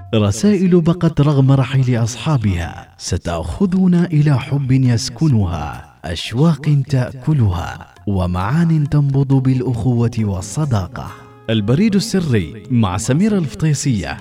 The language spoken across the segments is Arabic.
رسائل بقت رغم رحيل أصحابها، ستأخذنا إلى حب يسكنها، أشواق تأكلها، ومعان تنبض بالأخوة والصداقة. البريد السري مع سميرة الفطيسية.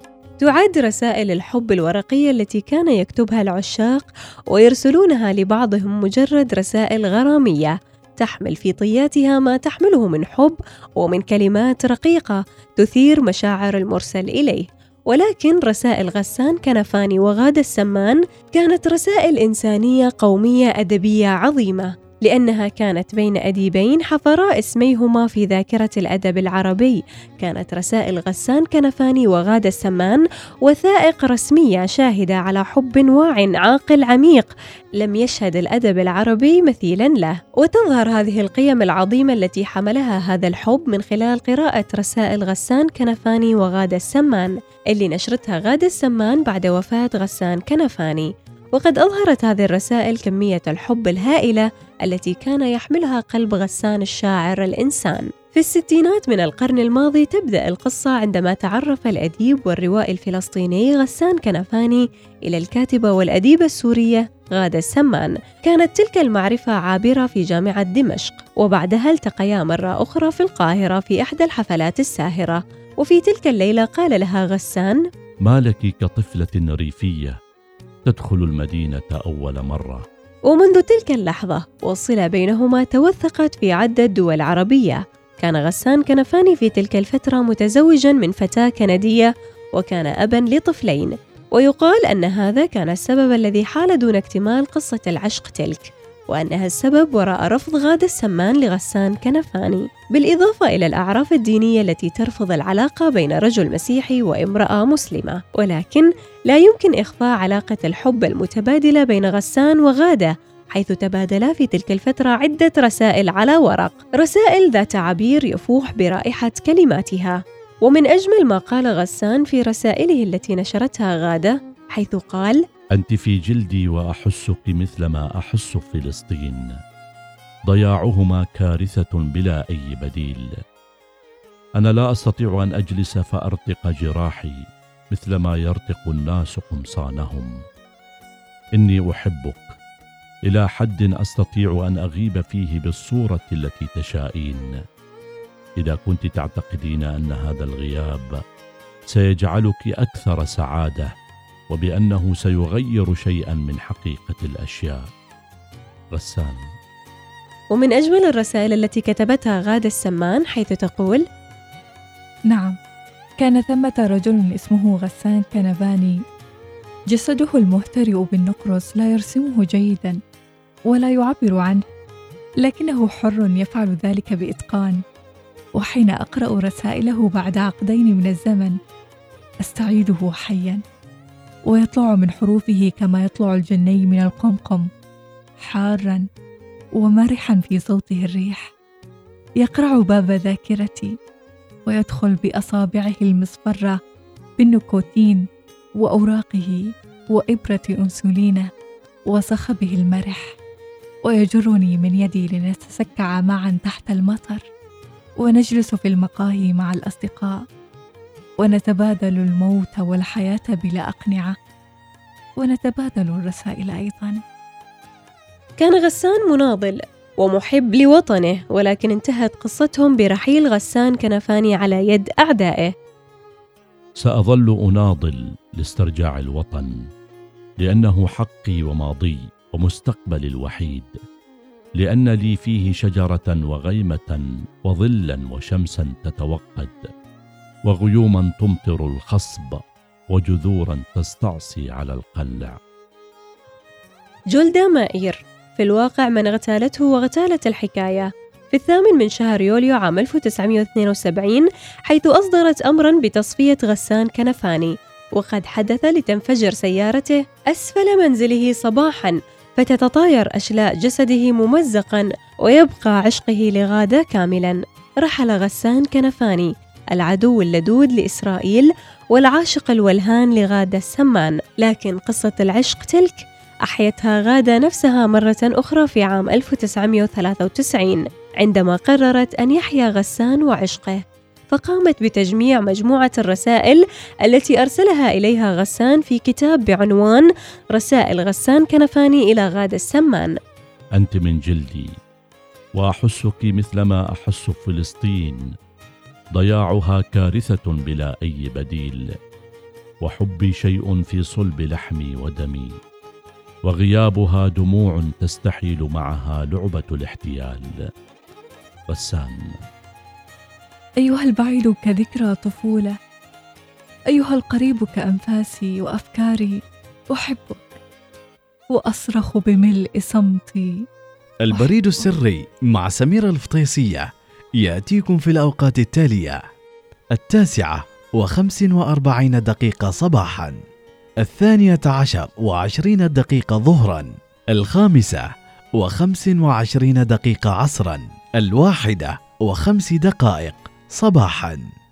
تعد رسائل الحب الورقية التي كان يكتبها العشاق ويرسلونها لبعضهم مجرد رسائل غرامية، تحمل في طياتها ما تحمله من حب ومن كلمات رقيقة تثير مشاعر المرسل إليه. ولكن رسائل غسان كنفاني وغادة السمان كانت رسائل إنسانية قومية أدبية عظيمة، لأنها كانت بين أديبين حفرا اسميهما في ذاكرة الأدب العربي. كانت رسائل غسان كنفاني وغادة السمان وثائق رسمية شاهدة على حب واع عاقل عميق لم يشهد الأدب العربي مثيلاً له. وتظهر هذه القيم العظيمة التي حملها هذا الحب من خلال قراءة رسائل غسان كنفاني وغادة السمان، اللي نشرتها غادة السمان بعد وفاة غسان كنفاني. وقد أظهرت هذه الرسائل كمية الحب الهائلة التي كان يحملها قلب غسان الشاعر الإنسان. في الستينات من القرن الماضي تبدأ القصة عندما تعرف الأديب والروائي الفلسطيني غسان كنفاني إلى الكاتبة والأديبة السورية غادة السمان. كانت تلك المعرفة عابرة في جامعة دمشق، وبعدها التقيا مرة أخرى في القاهرة في إحدى الحفلات الساهرة. وفي تلك الليلة قال لها غسان: ما لك كطفلة ريفية تدخل المدينة أول مرة. ومنذ تلك اللحظة والصلة بينهما توثقت في عدة دول عربية. كان غسان كنفاني في تلك الفترة متزوجاً من فتاة كندية، وكان أباً لطفلين. ويقال أن هذا كان السبب الذي حال دون اكتمال قصة العشق تلك، وأنها السبب وراء رفض غادة السمان لغسان كنفاني، بالإضافة إلى الأعراف الدينية التي ترفض العلاقة بين رجل مسيحي وامرأة مسلمة. ولكن لا يمكن إخفاء علاقة الحب المتبادلة بين غسان وغادة، حيث تبادلا في تلك الفترة عدة رسائل على ورق، رسائل ذات عبير يفوح برائحة كلماتها. ومن أجمل ما قال غسان في رسائله التي نشرتها غادة، حيث قال: أنت في جلدي وأحسك مثل ما أحس فلسطين، ضياعهما كارثة بلا أي بديل. أنا لا أستطيع أن أجلس فأرتق جراحي مثل ما يرتق الناس قمصانهم. إني أحبك إلى حد أستطيع أن أغيب فيه بالصورة التي تشائين. إذا كنت تعتقدين أن هذا الغياب سيجعلك أكثر سعادة وبأنه سيغير شيئا من حقيقة الأشياء. غسان. ومن أجمل الرسائل التي كتبتها غادة السمان حيث تقول: نعم، كان ثمة رجل اسمه غسان كنفاني، جسده المهترئ بالنقرس لا يرسمه جيدا ولا يعبر عنه، لكنه حر يفعل ذلك بإتقان. وحين أقرأ رسائله بعد عقدين من الزمن أستعيده حيا، ويطلع من حروفه كما يطلع الجني من القمقم، حارا ومرحا في صوته الريح، يقرع باب ذاكرتي ويدخل بأصابعه المصفرة بالنيكوتين وأوراقه وإبرة أنسولينة وصخبه المرح، ويجرني من يدي لنتسكع معا تحت المطر، ونجلس في المقاهي مع الأصدقاء، ونتبادل الموت والحياة بلا أقنعة، ونتبادل الرسائل أيضا. كان غسان مناضل ومحب لوطنه، ولكن انتهت قصتهم برحيل غسان كنفاني على يد أعدائه. سأظل أناضل لاسترجاع الوطن، لأنه حقي وماضي ومستقبلي الوحيد، لأن لي فيه شجرة وغيمة وظلا وشمسا تتوقد، وغيوما تمطر الخصب، وجذورا تستعصي على القلع. جولدا مائير في الواقع من اغتالته واغتالت الحكاية في 8 شهر يوليو عام 1972، حيث أصدرت أمراً بتصفية غسان كنفاني، وقد حدث لتنفجر سيارته أسفل منزله صباحاً، فتتطاير أشلاء جسده ممزقاً، ويبقى عشقه لغادة كاملاً. رحل غسان كنفاني، العدو اللدود لإسرائيل والعاشق الولهان لغادة السمان، لكن قصة العشق تلك أحيتها غادة نفسها مرة أخرى في عام 1993 عندما قررت أن يحيا غسان وعشقه. فقامت بتجميع مجموعة الرسائل التي أرسلها إليها غسان في كتاب بعنوان رسائل غسان كنفاني إلى غادة السمان. أنت من جلدي وأحسك مثلما أحس فلسطين، ضياعها كارثة بلا أي بديل، وحبي شيء في صلب لحمي ودمي، وغيابها دموع تستحيل معها لعبة الاحتيال. غسان. أيها البعيد كذكرى طفولة، أيها القريب كأنفاسي وأفكاري، أحبك وأصرخ بملء صمتي. البريد السري مع سميرة الفطيسية يأتيكم في الأوقات التالية: 9:45 صباحا، 12:20 ظهرا، 5:25 عصرا، 1:05 صباحا.